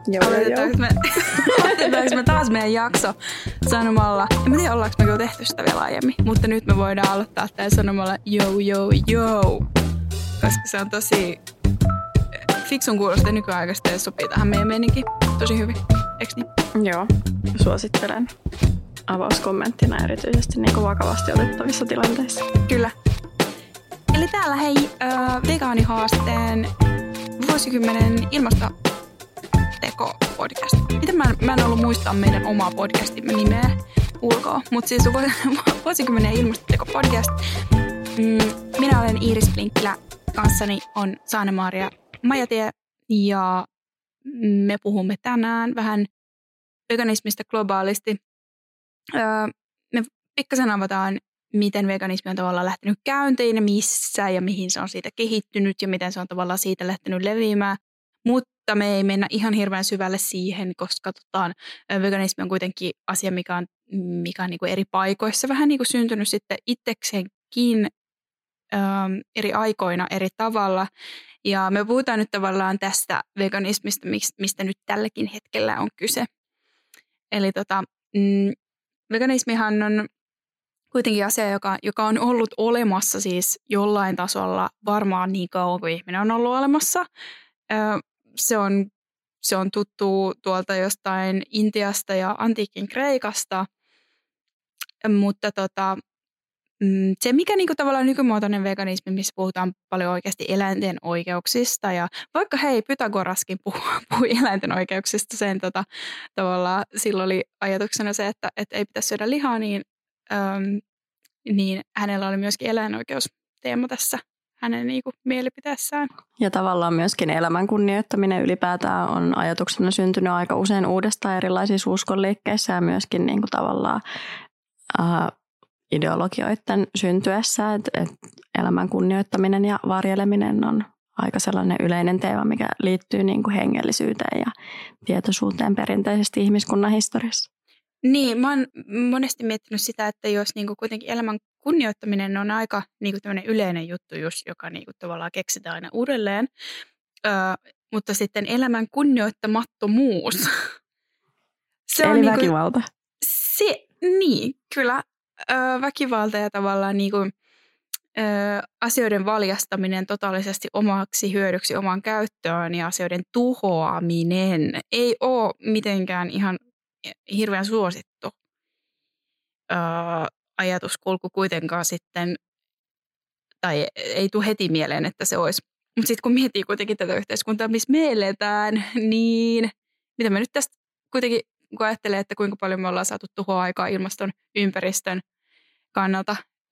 Aloitetaanko me taas meidän jakso sanomalla, en tiedä ollaanko me kyllä tehty sitä vielä aiemmin, mutta nyt me voidaan aloittaa tämä sanomalla yo, koska se on tosi fiksun kuulosta nykyaikaista ja sopii tähän meidän meininkin tosi hyvin, eikö niin? Joo, suosittelen avauskommenttina erityisesti niin kuin vakavasti otettavissa tilanteissa. Kyllä. Eli täällä hei vegaanihaasteen vuosikymmenen ilmastoteko-podcast. Miten mä en ollut muistaa meidän omaa podcastimme nimeä ulkoa, mutta siis vuosikymmenen ilmastoteko-podcast. Minä olen Iiris Blinkkilä, kanssani on Saane-Maria Majatie ja me puhumme tänään vähän veganismista globaalisti. Me pikkasen avataan, miten veganismi on tavallaan lähtenyt käyntiin ja missä ja mihin se on siitä kehittynyt ja miten se on tavallaan siitä lähtenyt leviämään. Mutta me ei mennä ihan hirveän syvälle siihen, koska veganismi on kuitenkin asia, mikä on niin kuin eri paikoissa vähän niin kuin syntynyt sitten itsekseenkin eri aikoina eri tavalla. Ja me puhutaan nyt tavallaan tästä veganismista, mistä nyt tälläkin hetkellä on kyse. Eli veganismihan on kuitenkin asia, joka on ollut olemassa siis jollain tasolla varmaan niin kauan kuin ihminen on ollut olemassa. Se on tuttu tuolta jostain Intiasta ja antiikin Kreikasta, mutta se mikä niinku tavallaan nykymuotoinen veganismi, missä puhutaan paljon oikeasti eläinten oikeuksista ja vaikka hei Pythagoraskin puhui eläinten oikeuksista, sen tavallaan silloin oli ajatuksena se, että ei pitäisi syödä lihaa, niin hänellä oli myöskin eläinoikeusteema tässä hänen niinku mielipiteessään. Ja tavallaan myöskin elämän kunnioittaminen ylipäätään on ajatuksena syntynyt aika usein uudestaan erilaisissa uskonliikkeissä ja myöskin niinku tavallaan ideologioiden syntyessä, että elämän kunnioittaminen ja varjeleminen on aika sellainen yleinen teema, mikä liittyy niin kuin hengellisyyteen ja tietoisuuteen perinteisesti ihmiskunnan historiassa. Niin, mä oon monesti miettinyt sitä, että jos niin kuin kuitenkin elämän kunnioittaminen on aika niin kuin tämmöinen yleinen juttu, joka niin kuin tavallaan keksitään aina uudelleen, mutta sitten elämän kunnioittamattomuus. Se eli on väkivalta. Niin, kyllä. Väkivalta ja tavallaan niin kuin, asioiden valjastaminen totaalisesti omaksi hyödyksi omaan käyttöön ja asioiden tuhoaminen ei ole mitenkään ihan hirveän suosittu ajatuskulku kuitenkaan sitten, tai ei tule heti mieleen, että se olisi. Mutta sitten kun miettii kuitenkin tätä yhteiskuntaa, missä me eletään, niin mitä me nyt tästä kuitenkin kun ajattelee, että kuinka paljon me ollaan saatu tuhoa aikaa ilmaston ympäristön kannalta,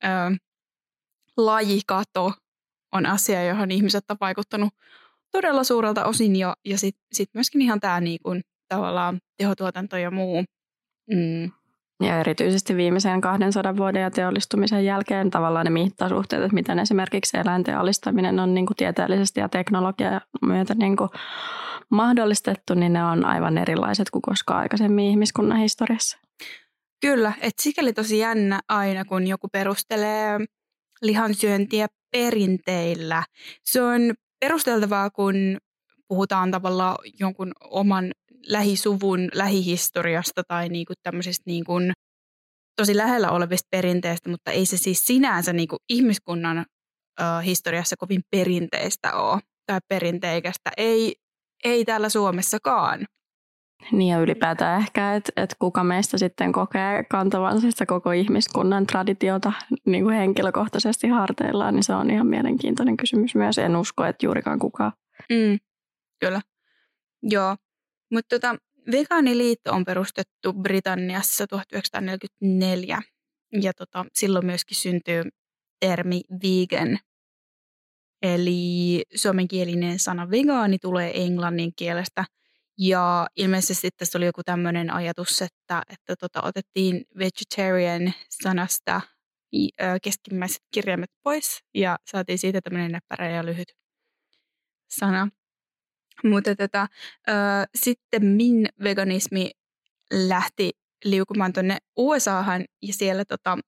lajikato on asia, johon ihmiset on vaikuttanut todella suurelta osin ja sit myöskin ihan tämä niin tavallaan tehotuotanto ja muu. Ja erityisesti viimeisen 200 vuoden ja teollistumisen jälkeen tavallaan ne mittasuhteet, että miten esimerkiksi eläinten alistaminen on niin kuin tieteellisesti ja teknologian myötä niin kuin mahdollistettu, niin ne on aivan erilaiset kuin koskaan aikaisemmin ihmiskunnan historiassa. Kyllä, että sikäli tosi jännä aina, kun joku perustelee lihansyöntiä perinteillä. Se on perusteltavaa, kun puhutaan tavallaan jonkun oman lähisuvun lähihistoriasta tai niinku tämmöisistä niinku tosi lähellä olevista perinteistä, mutta ei se siis sinänsä niinku ihmiskunnan historiassa kovin perinteistä ole tai perinteikästä. Ei täällä Suomessakaan. Niin ja ylipäätään ehkä, että kuka meistä sitten kokee kantavansa sitä koko ihmiskunnan traditiota niin kuin henkilökohtaisesti harteillaan, niin se on ihan mielenkiintoinen kysymys myös. En usko, että juurikaan kukaan. Kyllä. Joo, mutta Vegaaniliitto on perustettu Britanniassa 1944 ja silloin myöskin syntyy termi vegan. Eli suomenkielinen sana vegaani tulee englannin kielestä ja ilmeisesti tässä oli joku tämmöinen ajatus, että otettiin vegetarian sanasta keskimmäiset kirjaimet pois ja saatiin siitä tämmöinen näppärä ja lyhyt sana. Mutta sitten veganismi lähti liukumaan tuonne USAhan ja siellä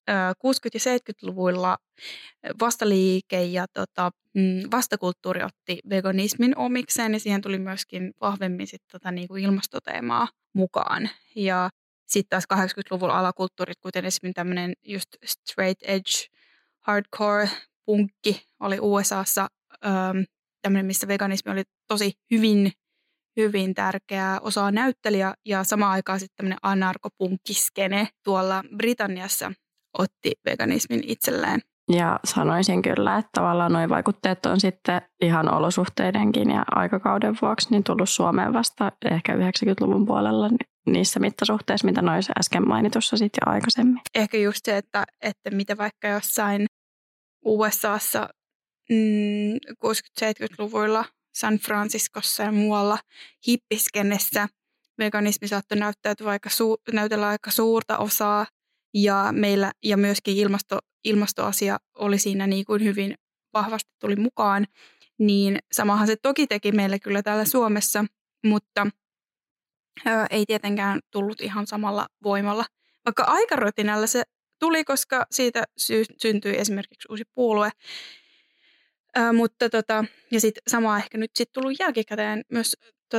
60- ja 70-luvuilla vastaliike ja vastakulttuuri otti veganismin omikseen ja siihen tuli myöskin vahvemmin niin kuin ilmastoteemaa mukaan. Ja sitten taas 80-luvun alakulttuurit, kuten esimerkiksi tämmöinen just straight edge, hardcore, punkki oli USAssa tämmöinen, missä veganismi oli tosi hyvin tärkeä osa näyttelijä ja samaan aikaan sitten tämmöinen anarkopunkkiskene tuolla Britanniassa otti veganismin itselleen. Ja sanoisin kyllä, että tavallaan nuo vaikutteet on sitten ihan olosuhteidenkin ja aikakauden vuoksi niin tullut Suomeen vasta ehkä 90-luvun puolella niissä mittasuhteissa, mitä noissa äsken mainitussa sitten jo aikaisemmin. Ehkä just se, että mitä vaikka jossain USAssa 60-70-luvuilla San Franciscossa ja muualla hippiskenessä veganismi saattoi näytellä aika suurta osaa ja meillä ja myöskin ilmastoasia oli siinä niin kuin hyvin vahvasti tuli mukaan, niin samahan se toki teki meille kyllä täällä Suomessa, mutta ei tietenkään tullut ihan samalla voimalla. Vaikka aikarotinalla se tuli, koska siitä syntyi esimerkiksi uusi puolue, mutta ja sitten sama ehkä nyt sitten tullut jälkikäteen myös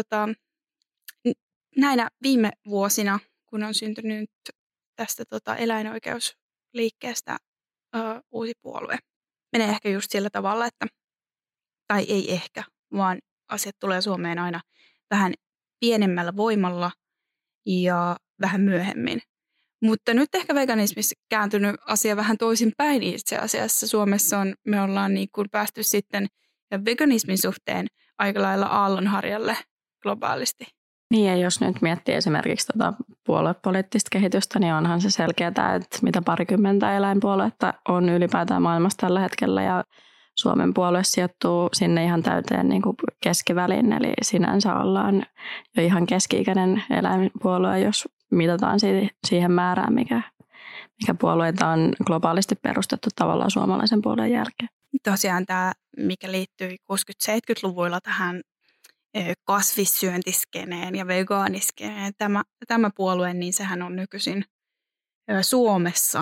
näinä viime vuosina, kun on syntynyt tästä eläinoikeusliikkeestä uusi puolue. Menee ehkä just sillä tavalla, että, tai ei ehkä, vaan asiat tulee Suomeen aina vähän pienemmällä voimalla ja vähän myöhemmin. Mutta nyt ehkä veganismissa kääntynyt asia vähän toisinpäin itse asiassa. Suomessa me ollaan niin kuin päästy sitten veganismin suhteen aika lailla aallonharjalle globaalisti. Niin ja jos nyt miettii esimerkiksi puoluepoliittista kehitystä, niin onhan se selkeää, että mitä parikymmentä eläinpuoluetta on ylipäätään maailmassa tällä hetkellä ja Suomen puolue sijoittuu sinne ihan täyteen niin kuin keskiväliin, eli sinänsä ollaan jo ihan keski-ikäinen eläinpuolue, jos mitataan siihen määrään, mikä puolueita on globaalisti perustettu tavallaan suomalaisen puolueen jälkeen. Tosiaan tämä, mikä liittyy 60-70-luvuilla tähän kasvissyöntiskeneen ja vegaaniskeneen, tämä puolue, niin sehän on nykyisin Suomessa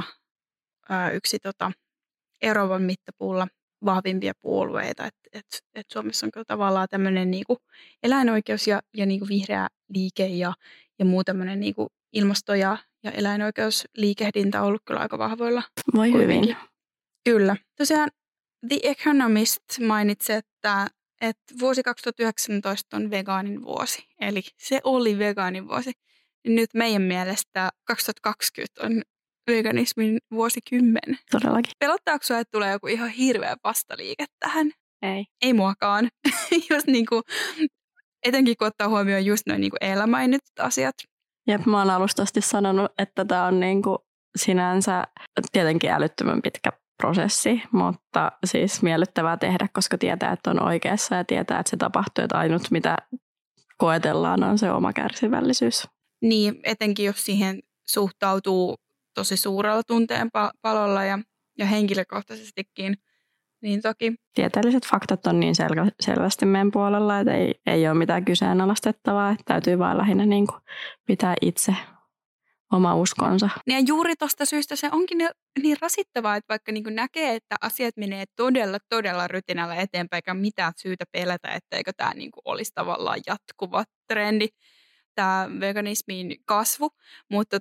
yksi eroavan mittapuulla vahvimpia puolueita. Et Suomessa on kyllä tavallaan tämmöinen niinku eläinoikeus ja niinku vihreä liike ja muu tämmöinen niinku ilmasto- ja eläinoikeusliikehdintä on ollut kyllä aika vahvoilla. Voi hyvin. Kyllä. Tosiaan The Economist mainitsi, että vuosi 2019 on vegaanin vuosi. Eli se oli vegaanin vuosi. Nyt meidän mielestä 2020 on veganismin vuosikymmen. Todellakin. Pelottaako sinua, että tulee joku ihan hirveä vastaliike tähän? Ei. Ei muakaan. Just niinku, etenkin kun ottaa huomioon just noin niinku edellä mainitut asiat. Jep, mä oon alusta asti sanonut, että tämä on niinku sinänsä tietenkin älyttömän pitkä prosessi, mutta siis miellyttävää tehdä, koska tietää, että on oikeassa ja tietää, että se tapahtuu, että ainut mitä koetellaan on se oma kärsivällisyys. Niin, etenkin jos siihen suhtautuu tosi suurella tunteen palolla ja henkilökohtaisestikin, niin toki. Tieteelliset faktat on niin selvästi meidän puolella, että ei ole mitään kyseenalaistettavaa, että täytyy vaan lähinnä niin kuin pitää itse oma uskonsa. Ja juuri tuosta syystä se onkin niin rasittavaa, että vaikka niin kuin näkee, että asiat menee todella rytinällä eteenpäin, eikä mitään syytä pelätä, etteikö tämä niin kuin olisi tavallaan jatkuva trendi, tämä veganismin kasvu, mutta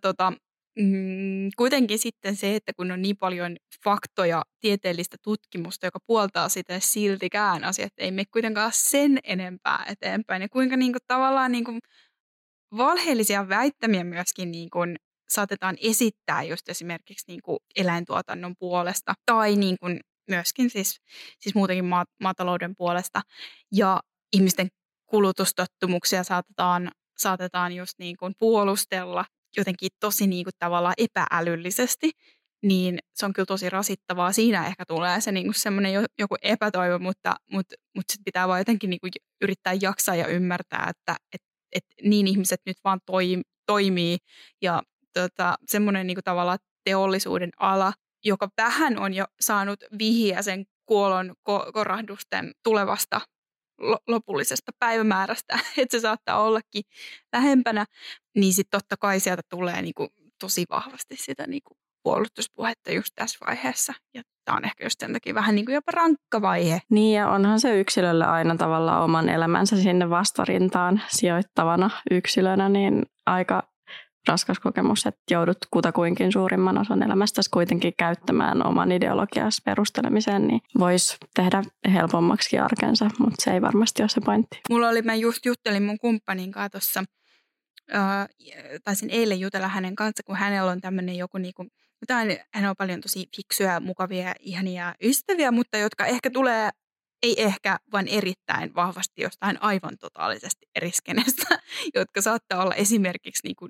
kuitenkin sitten se, että kun on niin paljon faktoja, tieteellistä tutkimusta, joka puoltaa sitä, siltikään asiat ei mene kuitenkaan sen enempää eteenpäin. Ja kuinka niin kuin, tavallaan niin kuin, valheellisia väittämiä myöskin niin kuin, saatetaan esittää just esimerkiksi niin kuin, eläintuotannon puolesta tai niin kuin, myöskin siis muutenkin maatalouden puolesta. Ja ihmisten kulutustottumuksia saatetaan just niin kuin, puolustella jotenkin tosi niin kuin tavallaan epäälyllisesti, niin se on kyllä tosi rasittavaa. Siinä ehkä tulee se niin kuin semmoinen joku epätoivo, mutta sitten pitää vaan jotenkin niin kuin yrittää jaksaa ja ymmärtää, että niin ihmiset nyt vaan toimii. Ja semmoinen niin kuin tavallaan teollisuuden ala, joka vähän on jo saanut vihiä sen kuolon korahdusten tulevasta lopullisesta päivämäärästä, että se saattaa ollakin lähempänä, niin sitten totta kai sieltä tulee niinku tosi vahvasti sitä niinku puolustuspuhetta just tässä vaiheessa. Ja tämä on ehkä just sen takia vähän niin kuin jopa rankka vaihe. Niin ja onhan se yksilölle aina tavallaan oman elämänsä sinne vastarintaan sijoittavana yksilönä, niin aika raskas kokemus, että joudut kutakuinkin suurimman osan elämästäsi kuitenkin käyttämään oman ideologias perustelemiseen, niin voisi tehdä helpommaksi arkensa, mutta se ei varmasti ole se pointti. Mä just juttelin mun kumppanin kanssa tuossa, taisin eilen jutella hänen kanssa, kun hänellä on tämmöinen joku niinku, hän on paljon tosi fiksuja, mukavia, ihania ystäviä, mutta jotka ehkä tulee, ei ehkä, vaan erittäin vahvasti jostain aivan totaalisesti eri skenestä, jotka saattaa olla esimerkiksi niinku,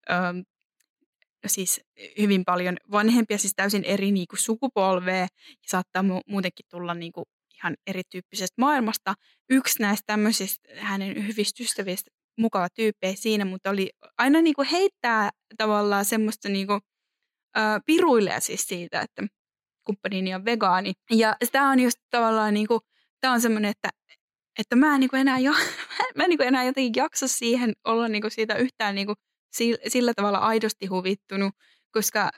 siis hyvin paljon vanhempia, siis täysin eri niinku sukupolvea ja saattaa muutenkin tulla niinku ihan erityyppisestä maailmasta. Yksi näistä tämmöisistä hänen hyvistä ystävistä mukava tyyppejä siinä, mutta oli aina niinku heittää tavallaan semmoista niinku, piruilee siis siitä, että kumppanini on vegaani. Ja tämä on just tavallaan niinku, tämä on semmoinen, että mä en niinku enää jotenkin jaksa siihen olla niinku siitä yhtään niinku sillä tavalla aidosti huvittunut, koska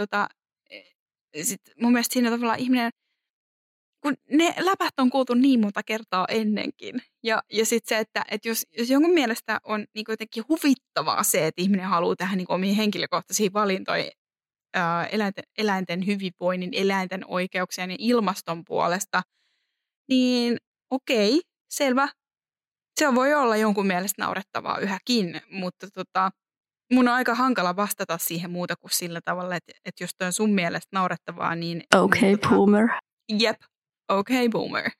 sit mun mielestä siinä tavallaan ihminen, kun ne läpät on kuultu niin monta kertaa ennenkin. Ja sitten se, että jos jonkun mielestä on niinku jotenkin huvittavaa se, että ihminen haluaa tehdä niinku omiin henkilökohtaisiin valintoihin eläinten hyvinvoinnin, eläinten oikeuksien ja ilmaston puolesta, niin okei, selvä. Se voi olla jonkun mielestä naurettavaa yhäkin, mutta mun on aika hankala vastata siihen muuta kuin sillä tavalla, että jos toi on sun mielestä naurettavaa, niin... Okay, boomer. Jep, okay, boomer.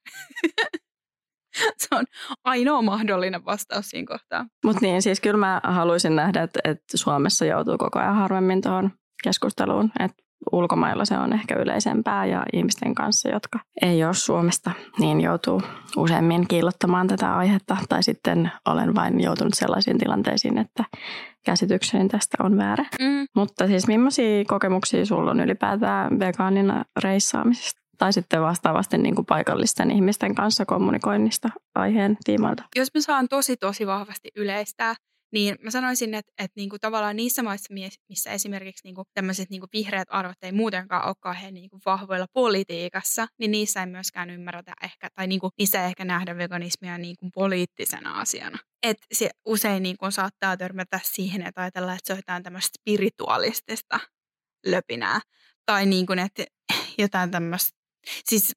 Se on ainoa mahdollinen vastaus siinä kohtaa. Mutta niin, siis kyllä mä haluaisin nähdä, että Suomessa joutuu koko ajan harvemmin tuohon keskusteluun. Että ulkomailla se on ehkä yleisempää ja ihmisten kanssa, jotka ei ole Suomesta, niin joutuu useammin kiillottamaan tätä aihetta. Tai sitten olen vain joutunut sellaisiin tilanteisiin, että käsitykseni tästä on väärä. Mutta siis millaisia kokemuksia sulla on ylipäätään vegaanina reissaamisesta? Tai sitten vastaavasti niin kuin paikallisten ihmisten kanssa kommunikoinnista aiheen tiimoilta? Jos mä saan tosi vahvasti yleistää, niin mä sanoisin, että niinku tavallaan niissä maissa, missä esimerkiksi niinku tämmöiset niinku vihreät arvot ei muutenkaan ole kauhean niinku vahvoilla politiikassa, niin niissä ei myöskään ymmärretä ehkä, tai niinku, niissä ei ehkä nähdä veganismia niinku poliittisena asiana. Että se usein niinku saattaa törmätä siihen, että ajatellaan, että se on jotain tämmöistä spiritualistista löpinää. Tai niinku, että jotain tämmöistä, siis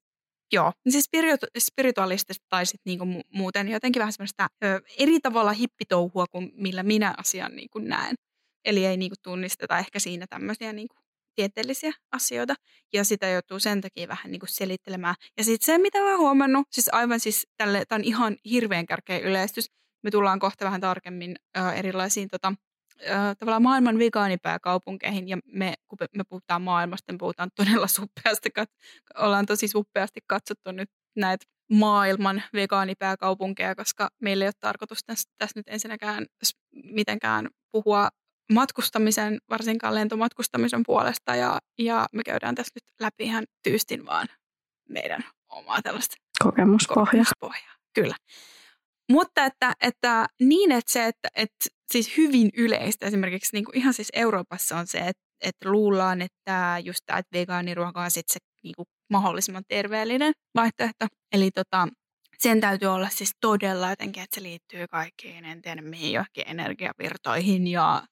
spiritualistista tai sitten niinku muuten jotenkin vähän semmoista eri tavalla hippitouhua kuin millä minä asian niinku näen. Eli ei niinku tunnisteta ehkä siinä tämmöisiä niinku tieteellisiä asioita. Ja sitä joutuu sen takia vähän niinku selittelemään. Ja sitten se, mitä mä huomannut, siis aivan siis tämä on ihan hirveän kärkeä yleistys. Me tullaan kohta vähän tarkemmin erilaisiin tavallaan maailman vegaanipääkaupunkeihin, ja kun me puhutaan maailmasta, me puhutaan todella suppeasti, ollaan tosi suppeasti katsottu nyt näitä maailman vegaanipääkaupunkeja, koska meillä ei ole tarkoitus tässä nyt ensinnäkään mitenkään puhua matkustamisen, varsinkaan lentomatkustamisen puolesta, ja me käydään tässä nyt läpi ihan tyystin vaan meidän omaa tällaista kokemuspohjaa. Kyllä. Mutta että niin, että se, että siis hyvin yleistä esimerkiksi niin kuin ihan siis Euroopassa on se, että luullaan, että just tämä, että vegaaniruoka on sitten se niin kuin mahdollisimman terveellinen vaihtoehto. Eli sen täytyy olla siis todella jotenkin, että se liittyy kaikkiin, en tiedä mihin johonkin energiavirtoihin. Ja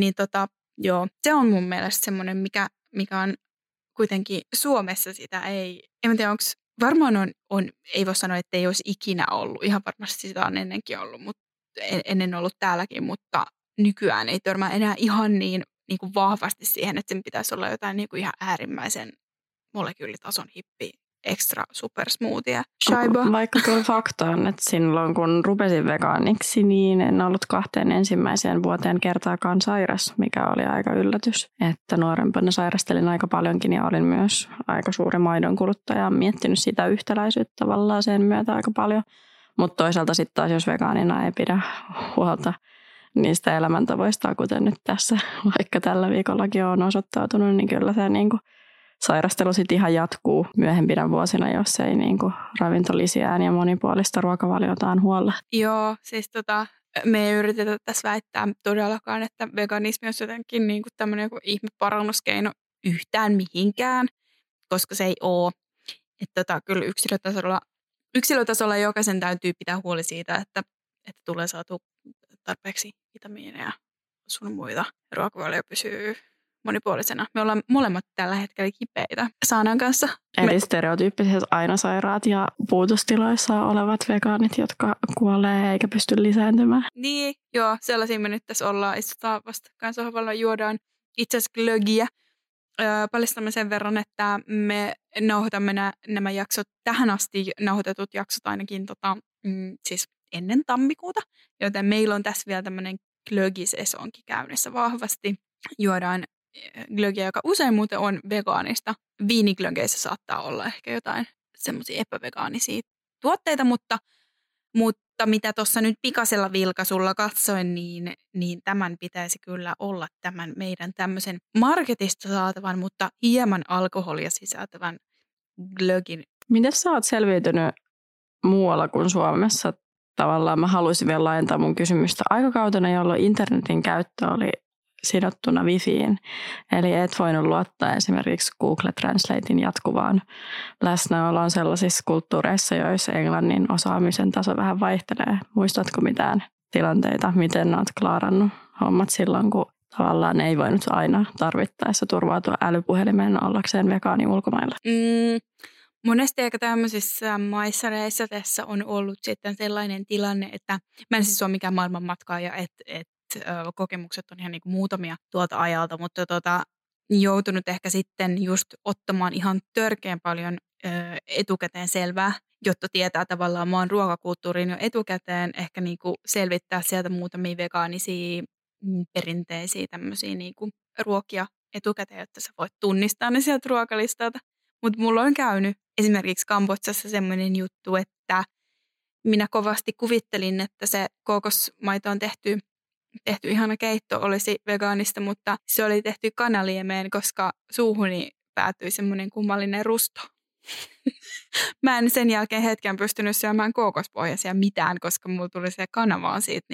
joo, se on mun mielestä semmoinen, mikä on kuitenkin Suomessa sitä en tiedä, onko varmaan on, ei voi sanoa, että ei olisi ikinä ollut. Ihan varmasti sitä on ennenkin ollut, mutta ennen ollut täälläkin, mutta nykyään ei törmää enää ihan niin kuin vahvasti siihen, että sen pitäisi olla jotain niin kuin ihan äärimmäisen molekyylitason hippi, extra super smoothie. Shaiba. Vaikka tuo fakta on, että silloin kun rupesin vegaaniksi, niin en ollut 2 ensimmäiseen vuoteen kertaakaan sairas, mikä oli aika yllätys. Että nuorempana sairastelin aika paljonkin ja olin myös aika suuri maidon kuluttaja. Miettinyt sitä yhtäläisyyttä tavallaan sen myötä aika paljon. Mutta toisaalta sitten taas, jos vegaanina ei pidä huolta niistä elämäntavoista, kuten nyt tässä vaikka tällä viikollakin on osoittautunut, niin kyllä se niinku sairastelu sitten ihan jatkuu myöhempinä vuosina, jos ei niinku ravintolisiään ja monipuolista ruokavaliotaan huolla. Joo, siis me ei yritetä tässä väittää todellakaan, että veganismi on jotenkin niinku tämmöinen ihme parannuskeino yhtään mihinkään, koska se ei ole. Että kyllä yksilötasolla jokaisen täytyy pitää huoli siitä, että tulee saatu tarpeeksi vitamiineja sun muita. Ruokavalio pysyy monipuolisena. Me ollaan molemmat tällä hetkellä kipeitä Saanan kanssa. Eli stereotyyppiset ainosairaat ja puutustiloissa olevat vegaanit, jotka kuolee eikä pysty lisääntymään. Niin, joo, sellaisia me nyt tässä ollaan. Istutaan vastakkain sohvalla, juodaan itse asiassa glögiä. Paljastamme sen verran, että me nauhoitamme nämä jaksot, tähän asti nauhoitetut jaksot ainakin siis ennen tammikuuta, joten meillä on tässä vielä tämmöinen glögisesonki käynnissä vahvasti. Juodaan glögiä, joka usein muuten on vegaanista. Viiniglögeissä saattaa olla ehkä jotain semmoisia epävegaanisia tuotteita, mutta mitä tuossa nyt pikaisella vilkaisulla katsoin, niin tämän pitäisi kyllä olla tämän meidän tämmöisen marketista saatavan, mutta hieman alkoholia sisältävän glögin. Miten sä oot selviytynyt muualla kuin Suomessa? Tavallaan mä haluaisin vielä laajentaa mun kysymystä aikakautena, jolloin internetin käyttö oli sidottuna wifiin. Eli et voinut luottaa esimerkiksi Google Translatein jatkuvaan läsnäoloon sellaisissa kulttuureissa, joissa englannin osaamisen taso vähän vaihtelee. Muistatko mitään tilanteita, miten olet klaarannut hommat silloin, kun tavallaan ei voinut aina tarvittaessa turvautua älypuhelimeen ollakseen vegaani ulkomailla? Monesti aika tämmöisissä maissareissa tässä on ollut sitten sellainen tilanne, että mä en siis ole mikään maailmanmatkaaja, että kokemukset on ihan niin kuin muutamia tuolta ajalta, mutta joutunut ehkä sitten just ottamaan ihan törkeän paljon etukäteen selvää, jotta tietää tavallaan maan ruokakulttuurin jo etukäteen, ehkä niin kuin selvittää sieltä muutamia vegaanisia perinteisiä tämmöisiä niin kuin ruokia etukäteen, jotta sä voit tunnistaa ne sieltä ruokalistalta. Mutta mulla on käynyt esimerkiksi Kambodsassa semmoinen juttu, että minä kovasti kuvittelin, että se kookosmaito on tehty ihana keitto olisi vegaanista, mutta se oli tehty kanaliemeen, koska suuhuni päätyi semmoinen kummallinen rusto. Mä en sen jälkeen hetken pystynyt syömään kookospohjaisia mitään, koska mulla tuli se kana vaan siitä.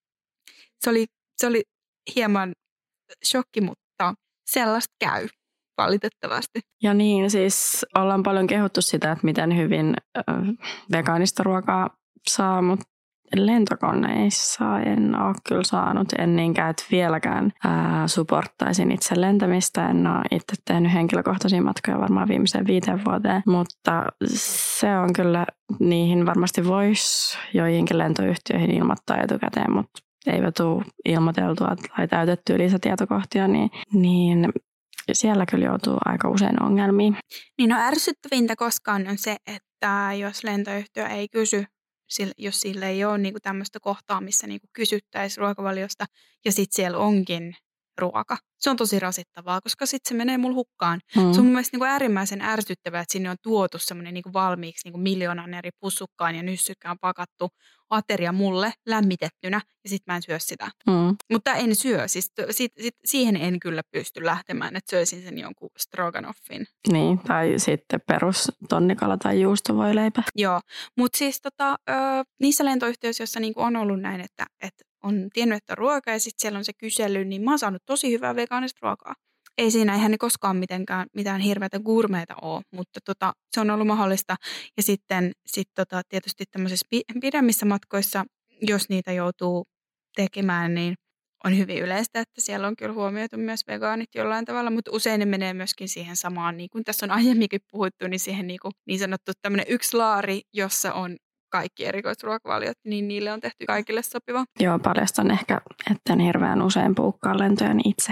Se oli hieman shokki, mutta sellaista käy valitettavasti. Ja niin, siis ollaan paljon kehuttu sitä, että miten hyvin vegaanista ruokaa saa, mutta lentokoneissa en ole kyllä saanut, en niinkään, että vieläkään supporttaisin itse lentämistä. En ole itse tehnyt henkilökohtaisia matkoja varmaan viimeiseen 5 vuoteen, mutta se on kyllä, niihin varmasti voisi joihinkin lentoyhtiöihin ilmoittaa etukäteen, mutta eivät tule ilmoiteltua tai täytettyä lisätietokohtia, niin siellä kyllä joutuu aika usein ongelmiin. Niin ärsyttävintä koskaan on se, että jos lentoyhtiö ei kysy, jos sillä ei ole niinku tämmöistä kohtaa, missä niinku kysyttäisiin ruokavaliosta ja sitten siellä onkin ruoka. Se on tosi rasittavaa, koska sitten se menee mulle hukkaan. Se on mun mielestä niinku äärimmäisen ärsyttävää, että sinne on tuotu semmoinen niinku valmiiksi niinku 1,000,000 eri pussukkaan ja nyssykkään pakattu ateria mulle lämmitettynä ja sitten mä en syö sitä. Mutta en syö, siis siihen en kyllä pysty lähtemään, että söisin sen jonkun stroganoffin. Niin, tai sitten perus tonnikala tai juustovoileipä. Joo, mutta siis niissä lentoyhtiöissä, joissa niinku on ollut näin, että on tiennyt, että ruoka ja sitten siellä on se kysely, niin mä oon saanut tosi hyvää vegaanista ruokaa. Ei siinä, eihän ne koskaan mitään hirveätä gourmeita ole, mutta se on ollut mahdollista. Ja sitten tietysti tämmöisissä pidemmissä matkoissa, jos niitä joutuu tekemään, niin on hyvin yleistä, että siellä on kyllä huomioitu myös vegaanit jollain tavalla, mutta usein ne menee myöskin siihen samaan, niin kuin tässä on aiemminkin puhuttu, niin siihen niin sanottu tämmöinen yksi laari, jossa on kaikki erikoisruokavaliot, niin niille on tehty kaikille sopiva. Joo, paljastan ehkä, etten hirveän usein puukkaan lentojen itse.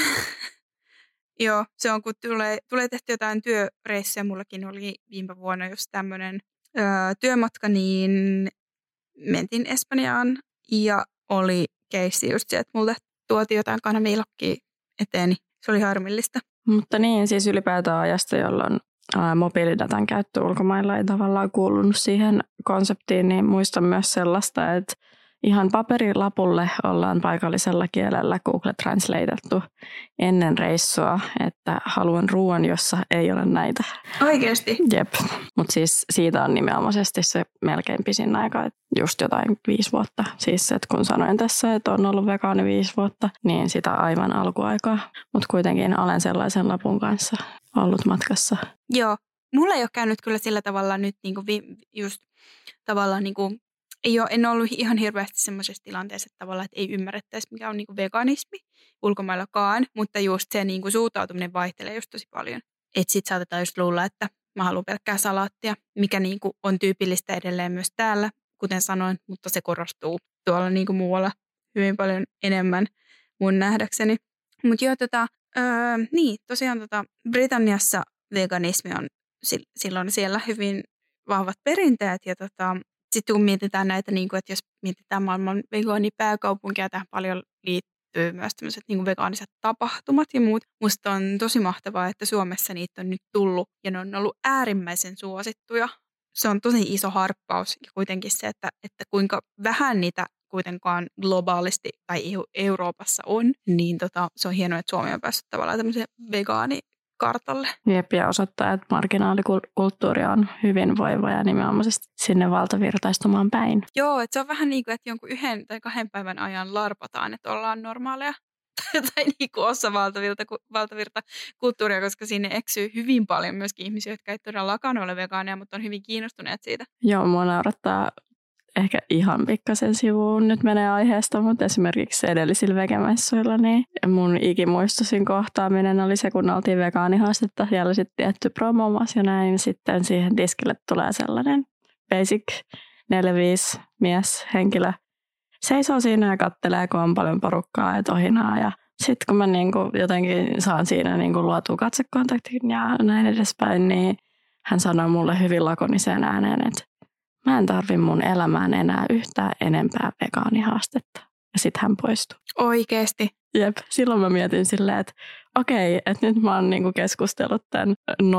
Joo, se on kun tulee tehty jotain työreissuja, mullakin oli viime vuonna just tämmöinen työmatka, niin mentiin Espanjaan ja oli keissi just se, että mulle tuotiin jotain kanaviilokkia eteeni. Se oli harmillista. Mutta niin, siis ylipäätään ajasta, jolloin mobiilidatan käyttö ulkomailla ei tavallaan kuulunut siihen konseptiin, niin muistan myös sellaista, että ihan paperilapulle ollaan paikallisella kielellä Google Translatettu ennen reissua, että haluan ruoan, jossa ei ole näitä. Oikeasti? Jep, mutta siis siitä on nimenomaisesti se melkein pisin aika, että just jotain 5 vuotta. Siis että kun sanoin tässä, että on ollut vegaani 5 vuotta, niin sitä aivan alkuaikaa. Mutta kuitenkin olen sellaisen lapun kanssa ollut matkassa. Joo, mulla ei ole käynyt kyllä sillä tavalla nyt niinku just tavallaan niinku, en ollut ihan hirveästi semmoisessa tilanteessa, että tavallaan että ei ymmärrettäisi, mikä on niinku veganismi ulkomaillakaan, mutta just se niinku suuntautuminen vaihtelee just tosi paljon. Että sit saatetaan just luulla, että mä haluan pelkkää salaattia, mikä niinku on tyypillistä edelleen myös täällä, kuten sanoin, mutta se korostuu tuolla niinku muualla hyvin paljon enemmän mun nähdäkseni. Mutta joo, tosiaan Britanniassa veganismi on silloin siellä hyvin vahvat perinteet. Ja sitten kun mietitään näitä, niin kuin, että jos mietitään maailman vegaanipääkaupunkia, tähän paljon liittyy myös tämmöiset niin kuin vegaaniset tapahtumat ja muut. Musta on tosi mahtavaa, että Suomessa niitä on nyt tullut ja ne on ollut äärimmäisen suosittuja. Se on tosi iso harppaus ja kuitenkin se, että kuinka vähän niitä kuitenkaan globaalisti tai Euroopassa on, niin se on hienoa, että Suomi on päässyt tavallaan tämmöiseen vegaanikartalle. Jep, ja osoittaa, että marginaalikulttuuri on hyvinvoiva ja nimenomaisesti sinne valtavirtaistumaan päin. Joo, että se on vähän niin kuin, että jonkun 1 tai 2 päivän ajan larpataan, että ollaan normaaleja tai niin kuin osa valtavirtakulttuuria, koska sinne eksyy hyvin paljon myöskin ihmisiä, jotka ei todellakaan ole vegaaneja, mutta on hyvin kiinnostuneet siitä. Joo, mua naurattaa ehkä ihan pikkasen sivuun nyt menee aiheesta, mutta esimerkiksi edellisillä vegemessuilla, niin mun ikimuistoisin kohtaaminen oli se, kun oltiin vegaanihaastetta. Siellä sitten tietty promomas ja näin. Sitten siihen tiskille tulee sellainen basic 4-5 mieshenkilö. Seisoo siinä ja kattelee, kun on paljon porukkaa ja tohinaa. Ja sitten kun mä niinku jotenkin saan siinä niinku luotua katsekontaktin ja näin edespäin, niin hän sanoi mulle hyvin lakoniseen ääneen, että mä en tarvi mun elämään enää yhtään enempää vegaanihaastetta. Ja sit hän poistui. Oikeesti? Jep. Silloin mä mietin silleen, että okei, että nyt mä oon niinku keskustellut tämän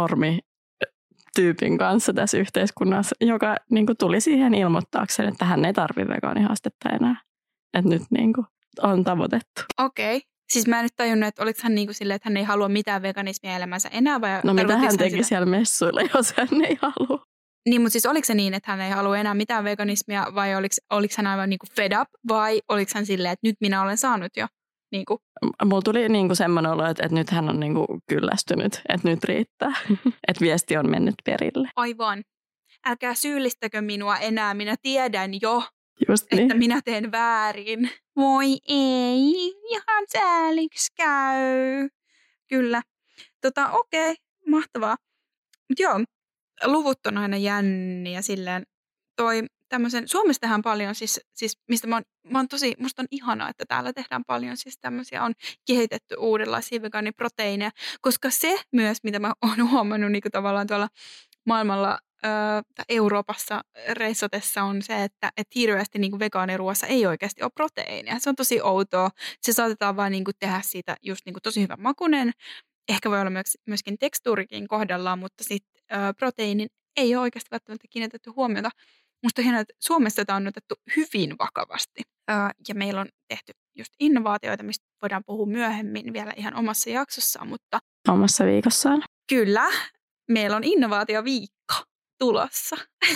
normityypin kanssa tässä yhteiskunnassa, joka niinku tuli siihen ilmoittaakseen, että hän ei tarvi vegaanihaastetta enää. Että nyt niinku on tavoitettu. Okei. Siis mä en nyt tajunnut, että oliko hän niinku silleen, että hän ei halua mitään veganismia elämänsä enää? Vai no mitä hän teki siellä messuilla, jos hän ei halua? Niin, mutta siis oliko se niin, että hän ei halua enää mitään veganismia vai oliko hän aivan niinku fed up vai oliko hän silleen, että nyt minä olen saanut jo? Niinku. Mulla tuli niinku semmoinen olo, että nyt hän on niinku kyllästynyt, että nyt riittää, että viesti on mennyt perille. Aivan. Älkää syyllistäkö minua enää, minä tiedän jo, just niin, että minä teen väärin. Voi ei, ihan sääliksi käy. Kyllä. Okei, mahtavaa. Mutta joo. Luvut on aina jänniä silleen. Suomessa tehdään paljon, siis mistä mä oon musta on ihanaa, että täällä tehdään paljon siis tämmöisiä, on kehitetty uudenlaisia vegaaniproteiineja, koska se myös, mitä mä oon huomannut niin kuin tavallaan tuolla maailmalla Euroopassa reissatessa on se, että hirveästi niin kuin vegaaniruoassa ei oikeasti ole proteiinia. Se on tosi outoa. Se saatetaan vaan niin kuin tehdä siitä just niin kuin tosi hyvän makuinen. Ehkä voi olla myöskin tekstuurikin kohdallaan, mutta sitten proteiinin ei ole oikeasti välttämättä kiinnitetty huomiota. Musta on hienoa, että Suomessa tämä on otettu hyvin vakavasti. Ja meillä on tehty just innovaatioita, mistä voidaan puhua myöhemmin vielä ihan omassa jaksossaan. Mutta omassa viikossaan. Kyllä, meillä on innovaatioviikko tulossa.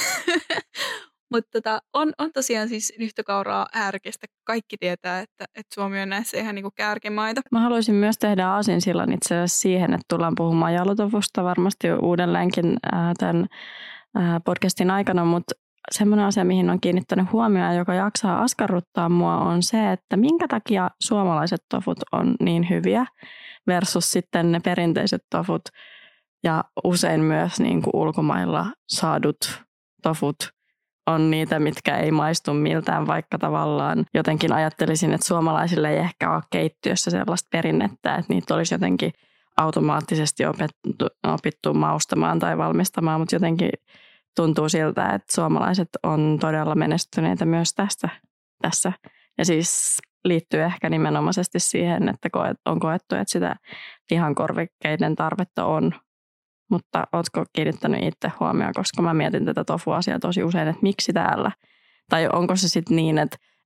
Mutta on tosiaan siis nyhtökauraa härkistä. Kaikki tietää, että Suomi on näissä ihan niin kuin kärkimaita. Mä haluaisin myös tehdä aasinsillan itse asiassa siihen, että tullaan puhumaan jalotofusta varmasti uudelleenkin tämän podcastin aikana, mutta semmoinen asia, mihin on kiinnittänyt huomioon, joka jaksaa askarruttaa mua, on se, että minkä takia suomalaiset tofut on niin hyviä versus sitten ne perinteiset tofut ja usein myös niin kuin ulkomailla saadut tofut on niitä, mitkä ei maistu miltään, vaikka tavallaan jotenkin ajattelisin, että suomalaisille ei ehkä ole keittiössä sellaista perinnettä, että niitä olisi jotenkin automaattisesti opittu maustamaan tai valmistamaan, mutta jotenkin tuntuu siltä, että suomalaiset on todella menestyneitä myös tässä. Ja siis liittyy ehkä nimenomaisesti siihen, että on koettu, että sitä lihankorvikkeiden tarvetta on. Mutta ootko kiinnittänyt itse huomioon, koska mä mietin tätä tofu-asiaa tosi usein, että miksi täällä? Tai onko se sitten niin, että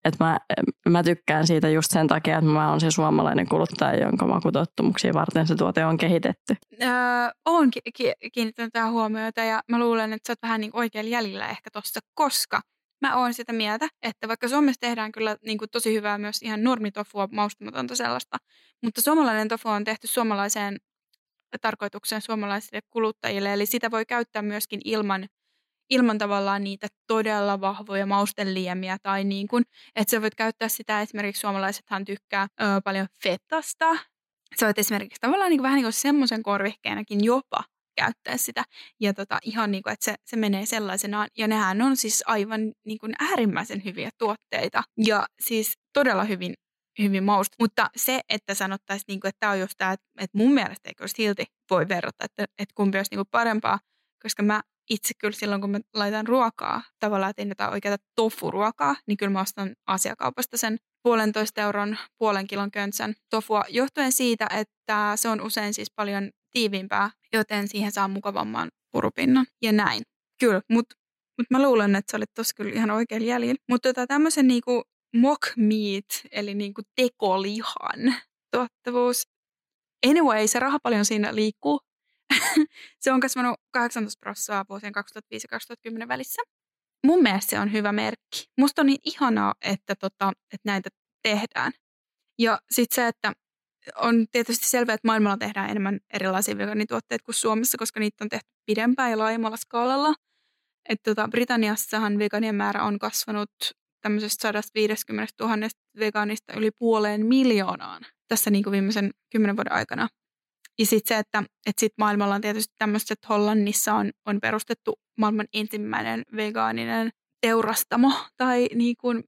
että mä tykkään siitä just sen takia, että mä oon se suomalainen kuluttaja, jonka makutottumuksia varten se tuote on kehitetty. Oon kiinnittänyt tähän huomiota ja mä luulen, että sä oot vähän niin oikealla jäljellä ehkä tossa, koska mä oon sitä mieltä, että vaikka Suomessa tehdään kyllä niin kuin tosi hyvää myös ihan normitofua, maustamatonta sellaista, mutta suomalainen tofu on tehty suomalaiseen tarkoitukseen suomalaisille kuluttajille, eli sitä voi käyttää myöskin ilman tavallaan niitä todella vahvoja mausteliemiä tai niin kuin, että sä voit käyttää sitä, esimerkiksi suomalaisethan tykkää paljon fetasta. Sä voit esimerkiksi tavallaan niin kuin, vähän niin kuin semmoisen korvihkeenakin jopa käyttää sitä ja ihan niin kuin, että se menee sellaisenaan ja nehän on siis aivan niin kuin äärimmäisen hyviä tuotteita ja siis todella hyvin mausta. Mutta se, että sanottaisiin, niin kuin, että tämä on just tämä, että mun mielestä eikö silti voi verrata, että kumpi olisi niin kuin parempaa, koska mä itse kyllä silloin, kun mä laitan ruokaa, tavallaan teen jotain oikeaa tofuruokaa, niin kyllä mä ostan Asiakaupasta sen 1,5 euron 0,5 kilon köntsän tofua, johtuen siitä, että se on usein siis paljon tiiviimpää, joten siihen saa mukavamman purupinnan ja näin. Kyllä, mutta mä luulen, että sä olit tossa kyllä ihan oikealla jäljellä. Mutta tämmöisen niinku mock meat, eli niinku tekolihan tuottavuus. Anyway, se raha paljon siinä liikkuu. Se on kasvanut 18% vuosien 2005 ja 2010 välissä. Mun mielestä se on hyvä merkki. Musta on niin ihanaa, että näitä tehdään. Ja sitten se, että on tietysti selvää, että maailmalla tehdään enemmän erilaisia vegaanituotteita kuin Suomessa, koska niitä on tehty pidempään ja laajemmalla skaalalla. Että Britanniassahan vegaanien määrä on kasvanut tämmöisestä 150 000 vegaanista yli 500 000 tässä niin kuin viimeisen 10 vuoden aikana. Ja sitten se, että sit maailmalla on tietysti tämmöistä, että Hollannissa on perustettu maailman ensimmäinen vegaaninen teurastamo tai niin kuin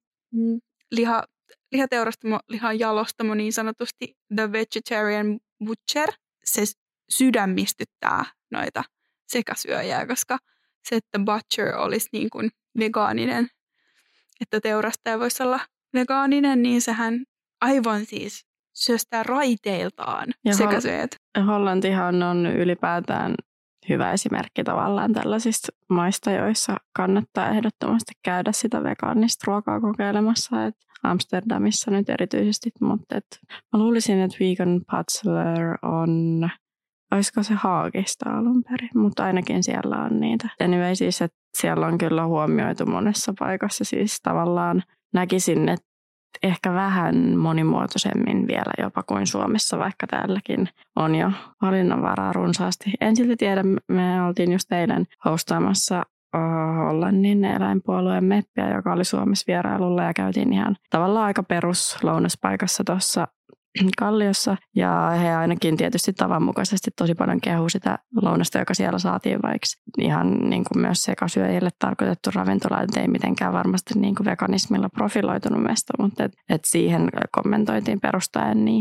lihateurastamo, lihajalostamo niin sanotusti, The Vegetarian Butcher. Se sydämistyttää noita sekasyöjää, koska se, että butcher olisi niin kuin vegaaninen, että teurastaja voisi olla vegaaninen, niin sehän aivan siis syöstää raiteiltaan sekasyöjät. Hollantihan on ylipäätään hyvä esimerkki tavallaan tällaisista maista, joissa kannattaa ehdottomasti käydä sitä vegaanista ruokaa kokeilemassa. Et Amsterdamissa nyt erityisesti, mutta mä luulisin, että Vegan Bachelor on, olisiko se Haagista alun perin, mutta ainakin siellä on niitä. Anyway siis, että siellä on kyllä huomioitu monessa paikassa, siis tavallaan näkisin, että ehkä vähän monimuotoisemmin vielä jopa kuin Suomessa, vaikka täälläkin on jo valinnanvaraa runsaasti. En silti tiedä, me oltiin just eilen hostaamassa Hollannin eläinpuolueen meppiä, joka oli Suomessa vierailulla ja käytiin ihan tavallaan aika peruslounaspaikassa tuossa Kalliossa. Ja he ainakin tietysti tavanmukaisesti tosi paljon kehu sitä lounasta, joka siellä saatiin, vaikka ihan niin kuin myös sekasyöjille tarkoitettu ravintola, että ei mitenkään varmasti niin kuin veganismilla profiloitunut mesto, mutta et siihen kommentoitiin perustaen, niin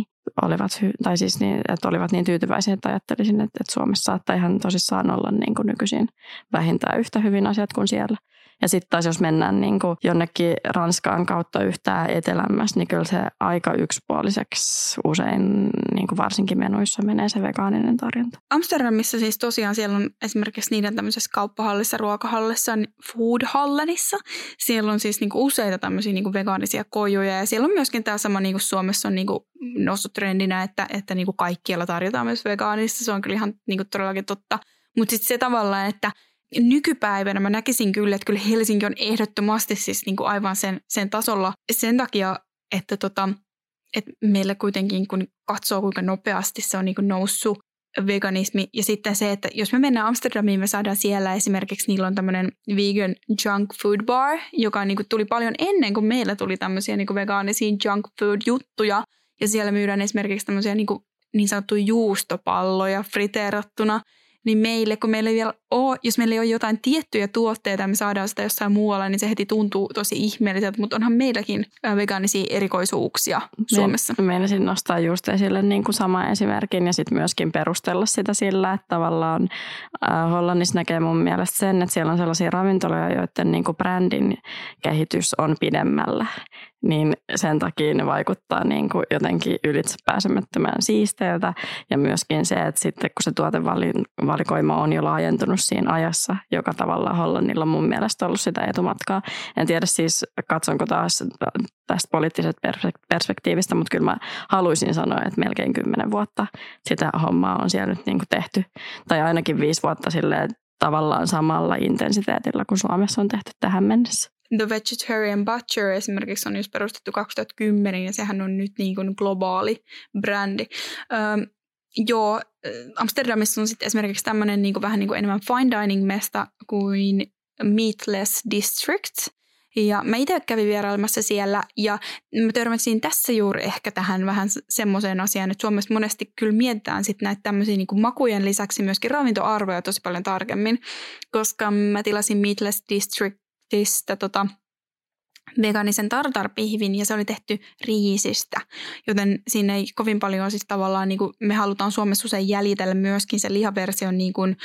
olivat niin tyytyväisiä, että ajattelisin, että Suomessa saattaa ihan tosissaan olla niin kuin nykyisin vähintään yhtä hyvin asiat kuin siellä. Ja sitten taas jos mennään niin kuin jonnekin Ranskaan kautta yhtään etelämmässä, niin kyllä se aika yksipuoliseksi usein niin kuin varsinkin menuissa menee se vegaaninen tarjonta. Amsterdamissa siis tosiaan siellä on esimerkiksi niiden tämmöisessä kauppahallissa, ruokahallissa, food hallenissa. Siellä on siis niin kuin useita tämmöisiä niin kuin vegaanisia kojuja ja siellä on myöskin tämä sama niin kuin Suomessa on niin kuin noussut trendinä, että niin kuin kaikkialla tarjotaan myös vegaanista. Se on kyllä ihan niin kuin todellakin totta. Mutta sitten se tavallaan, että nykypäivänä mä näkisin kyllä, että kyllä Helsinki on ehdottomasti siis niin kuin aivan sen tasolla sen takia, että meillä kuitenkin kun katsoo kuinka nopeasti se on niin kuin noussut veganismi ja sitten se, että jos me mennään Amsterdamiin, me saadaan siellä esimerkiksi, niillä on tämmöinen vegan junk food bar, joka niin kuin tuli paljon ennen kuin meillä tuli tämmöisiä niin kuin vegaanisia junk food juttuja ja siellä myydään esimerkiksi tämmöisiä niin sanottuja juustopalloja friteerattuna. Niin meille, kun meillä ei vielä ole, jos meillä ei ole jotain tiettyjä tuotteita ja me saadaan sitä jossain muualla, niin se heti tuntuu tosi ihmeelliseltä, mutta onhan meilläkin vegaanisia erikoisuuksia Suomessa. Meinasin nostaa just esille niin kuin sama esimerkin ja sitten myöskin perustella sitä sillä, että tavallaan Hollannissa näkee mun mielestä sen, että siellä on sellaisia ravintoloja, joiden niin kuin brändin kehitys on pidemmällä. niin sen takia ne vaikuttaa niin kuin jotenkin ylitsepääsemättömän siisteiltä. Ja myöskin se, että sitten kun se tuotevalikoima on jo laajentunut siinä ajassa, joka tavalla Hollannilla on mun mielestä ollut sitä etumatkaa. En tiedä siis, katsonko taas tästä poliittisesta perspektiivistä, mutta kyllä mä haluaisin sanoa, että melkein 10 vuotta sitä hommaa on siellä nyt niin kuin tehty. Tai ainakin 5 vuotta silleen tavallaan samalla intensiteetillä kuin Suomessa on tehty tähän mennessä. The Vegetarian Butcher esimerkiksi on just perustettu 2010 ja sehän on nyt niin kuin globaali brändi. Joo, Amsterdamissa on sitten esimerkiksi tämmöinen niin kuin vähän niin kuin enemmän fine dining-mesta kuin Meatless District. Ja mä itse kävin vierailemassa siellä ja mä törmäsin tässä juuri ehkä tähän vähän semmoiseen asiaan, että Suomessa monesti kyllä mietitään sitten näitä tämmöisiä niin kuin makujen lisäksi myöskin ravintoarvoja tosi paljon tarkemmin, koska mä tilasin Meatless Districtista vegaanisen tartarpihvin ja se oli tehty riisistä, joten siinä ei kovin paljon siis tavallaan, niin kuin me halutaan Suomessa usein jäljitellä myöskin se lihaversion niin kuin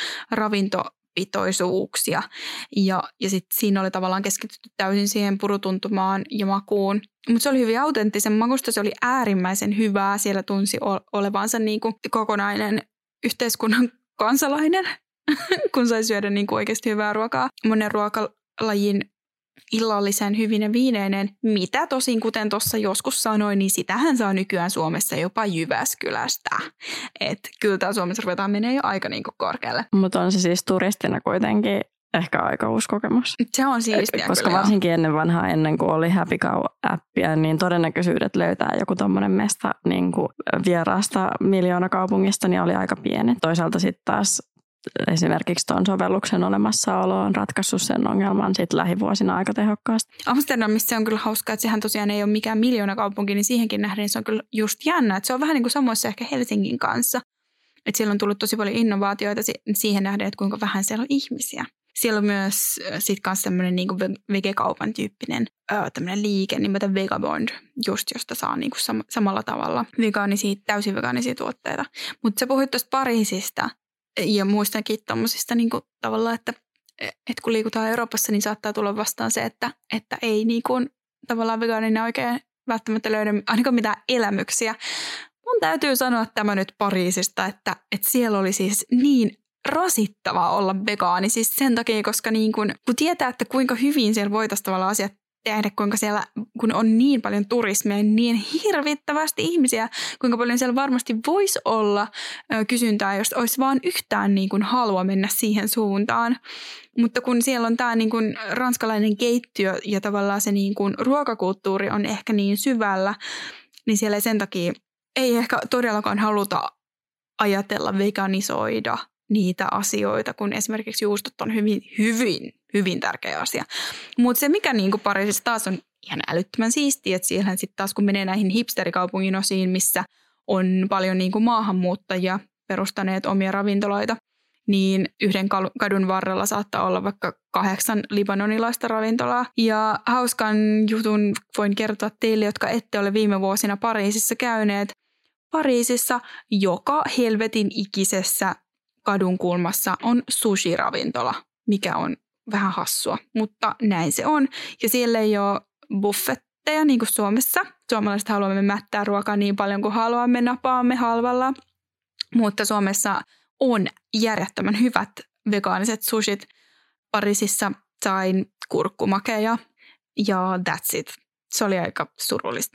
ravintopitoisuuksia ja sitten siinä oli tavallaan keskitytty täysin siihen purutuntumaan ja makuun. Mutta se oli hyvin autenttisen makusta, se oli äärimmäisen hyvää, siellä tunsi olevansa niin kuin kokonainen yhteiskunnan kansalainen, kun sai syödä niin kuin oikeasti hyvää ruokaa. Monen ruokalajin illallisen hyvinen viineinen, mitä tosin kuten tuossa joskus sanoin, niin sitähän saa nykyään Suomessa jopa Jyväskylästä. Että kyllä täällä Suomessa ruvetaan menee jo aika niin kuin korkealle. Mutta on se siis turistina kuitenkin ehkä aika uusi kokemus. Se on siistiä koska kyllä, varsinkin ennen kuin oli Happy Cow-appia, niin todennäköisyydet löytää joku tommonen mesta niin kuin vieraasta miljoonakaupungista niin oli aika pieni. Toisaalta sitten taas esimerkiksi tuon sovelluksen olemassaolo on ratkaissut sen ongelman sit lähivuosina aika tehokkaasti. Amsterdamissa se on kyllä hauskaa, että sehän tosiaan ei ole mikään miljoonakaupunki, niin siihenkin nähden se on kyllä just jännä. Että se on vähän niin kuin samoissa ehkä Helsingin kanssa. Että siellä on tullut tosi paljon innovaatioita siihen nähden, että kuinka vähän siellä on ihmisiä. Siellä on myös sitten kanssa tämmöinen niinku vegekaupan tyyppinen tämmöinen liike nimeltä Vegabond, just josta saa niinku samalla tavalla täysin vegaanisia tuotteita. Mutta sä puhuit tuosta Pariisista ja muistakin tommosista niinku tavallaan, että kun liikutaan Euroopassa, niin saattaa tulla vastaan se, että ei niinku tavallaan vegaanina oikein välttämättä löydä ainakaan mitään elämyksiä. Mun täytyy sanoa tämä nyt Pariisista, että siellä oli siis niin rasittavaa olla vegaani. Siis sen takia, koska niin kun tietää, että kuinka hyvin siellä voitaisiin tavallaan asiat tehdä, kuinka siellä, kun on niin paljon turismia, niin hirvittävästi ihmisiä, kuinka paljon siellä varmasti voisi olla kysyntää, jos olisi vaan yhtään niin kuin halua mennä siihen suuntaan. Mutta kun siellä on tämä niin kuin ranskalainen keittiö ja tavallaan se niin kuin ruokakulttuuri on ehkä niin syvällä, niin siellä sen takia ei ehkä todellakaan haluta ajatella veganisoida niitä asioita, kun esimerkiksi juustot on hyvin tärkeä asia. Mutta se, mikä niin kuin Pariisissa taas on ihan älyttömän siistiä, että siellä sitten taas kun menee näihin hipsterikaupungin osiin, missä on paljon niin kuin maahanmuuttajia perustaneet omia ravintoloita, niin yhden kadun varrella saattaa olla vaikka 8 libanonilaista ravintolaa. Ja hauskan jutun voin kertoa teille, jotka ette ole viime vuosina Pariisissa käyneet. Pariisissa joka helvetin ikisessä kadun kulmassa on sushi-ravintola, mikä on vähän hassua, mutta näin se on. Ja siellä ei ole buffetteja niin kuin Suomessa. Suomalaiset haluamme mättää ruokaa niin paljon kuin haluamme, napaamme halvalla. Mutta Suomessa on järjettömän hyvät vegaaniset sushit. Pariisissa sain kurkkumakeja ja that's it. Se oli aika surullista.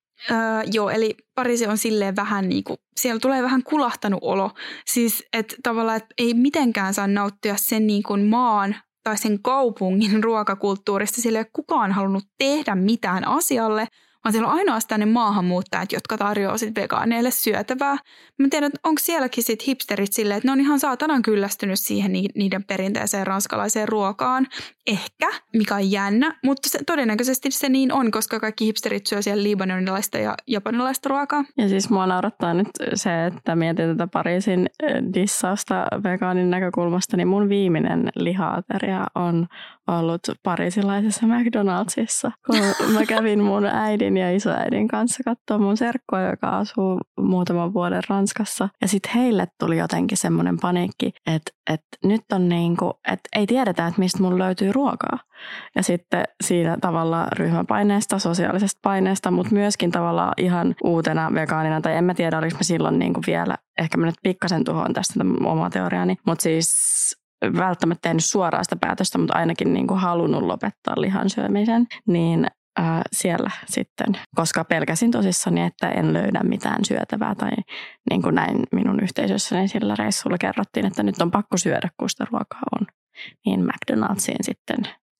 Joo, eli Pariisi on silleen vähän niin kuin, siellä tulee vähän kulahtanut olo. Siis, että tavallaan että ei mitenkään saa nauttia sen niin kuin maan tai sen kaupungin ruokakulttuurista. Sillä ei ole kukaan halunnut tehdä mitään asialle, vaan siellä on ainoastaan ne maahanmuuttajat, jotka tarjoaa sitten vegaaneille syötävää. Mä tiedän, että onko sielläkin sitten hipsterit silleen, että ne on ihan saatanan kyllästynyt siihen niiden perinteiseen ranskalaiseen ruokaan. Ehkä, mikä on jännä, mutta todennäköisesti se niin on, koska kaikki hipsterit syö siellä libanonilaista ja japanilaista ruokaa. Ja siis mua naurattaa nyt se, että mietin tätä Pariisin dissausta vegaanin näkökulmasta, niin mun viimeinen liha-ateria on ollut parisilaisessa McDonaldsissa, kun mä kävin mun äidin ja isoäidin kanssa katsoa mun serkkua, joka asuu muutaman vuoden Ranskassa. Ja sitten heille tuli jotenkin semmoinen paniikki, että nyt on niinku, että ei tiedetä, että mistä mun löytyy ruokaa. Ja sitten siinä tavalla ryhmäpaineesta, sosiaalisesta paineesta, mutta myöskin tavallaan ihan uutena vegaanina, tai en mä tiedä, oliko mä silloin niinku vielä, ehkä mä nyt pikkasen tuhoon tästä omaa teoriaani, mutta siis välttämättä tehnyt suoraan sitä päätöstä, mutta ainakin niinku halunnut lopettaa lihan syömisen, niin siellä sitten, koska pelkäsin tosissani, että en löydä mitään syötävää tai niin kuin näin minun yhteisössäni sillä reissulla kerrottiin, että nyt on pakko syödä, kun sitä ruokaa on. Niin McDonald'siin sitten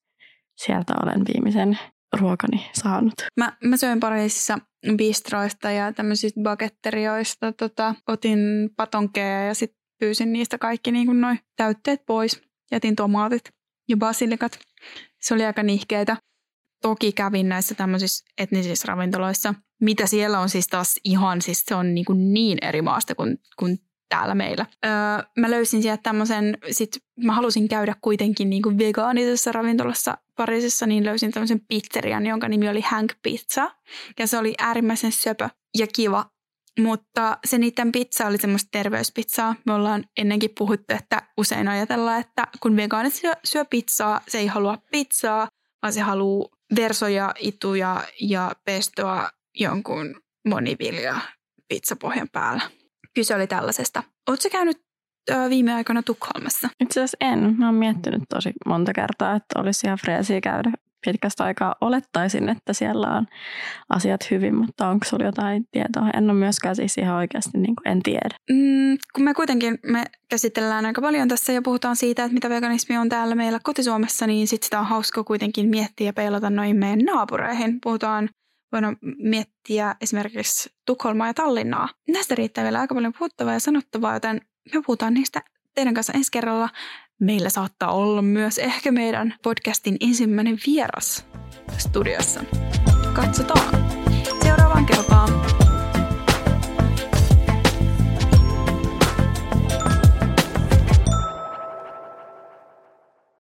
sieltä olen viimeisen ruokani saanut. Mä söin Pariisissa bistroista ja tämmöisistä bagetterioista. Otin patonkeja ja sitten pyysin niistä kaikki niin kuin noi täytteet pois. Jätin tomaatit ja basilikat. Se oli aika nihkeitä. Toki kävin näissä tämmöisissä etnisissä ravintoloissa, mitä siellä on siis taas ihan, siis se on niin eri maasta kuin täällä meillä. Mä löysin sieltä tämmöisen, mä halusin käydä kuitenkin niin kuin vegaanisessa ravintolassa Pariisissa, niin löysin tämmöisen pizzerian, jonka nimi oli Hank Pizza. Ja se oli äärimmäisen söpö ja kiva, mutta se niiden pizza oli semmoista terveyspizzaa. Me ollaan ennenkin puhuttu, että usein ajatellaan, että kun vegaanit syö pizzaa, se ei halua pizzaa, vaan se haluaa versoja, ituja ja pestoa jonkun monivilja pizzapohjan päällä. Kyse oli tällaisesta. Oletko käynyt viime aikoina Tukholmassa? Itse asiassa en. Mä oon miettinyt tosi monta kertaa, että olisi ihan freesiä käydä pitkästä aikaa. Olettaisin, että siellä on asiat hyvin, mutta onko sulla jotain tietoa? En ole myöskään siis ihan oikeasti, niin kuin en tiedä. Kun me käsitellään aika paljon tässä ja puhutaan siitä, että mitä veganismi on täällä meillä kotisuomessa, niin sitten sitä on hauska kuitenkin miettiä ja peilata noihin meidän naapureihin. Voidaan miettiä esimerkiksi Tukholmaa ja Tallinnaa. Näistä riittää vielä aika paljon puhuttavaa ja sanottavaa, joten me puhutaan niistä teidän kanssa ensi kerralla. Meillä saattaa olla myös ehkä meidän podcastin ensimmäinen vieras studiossa. Katsotaan. Seuraavaan kertaan.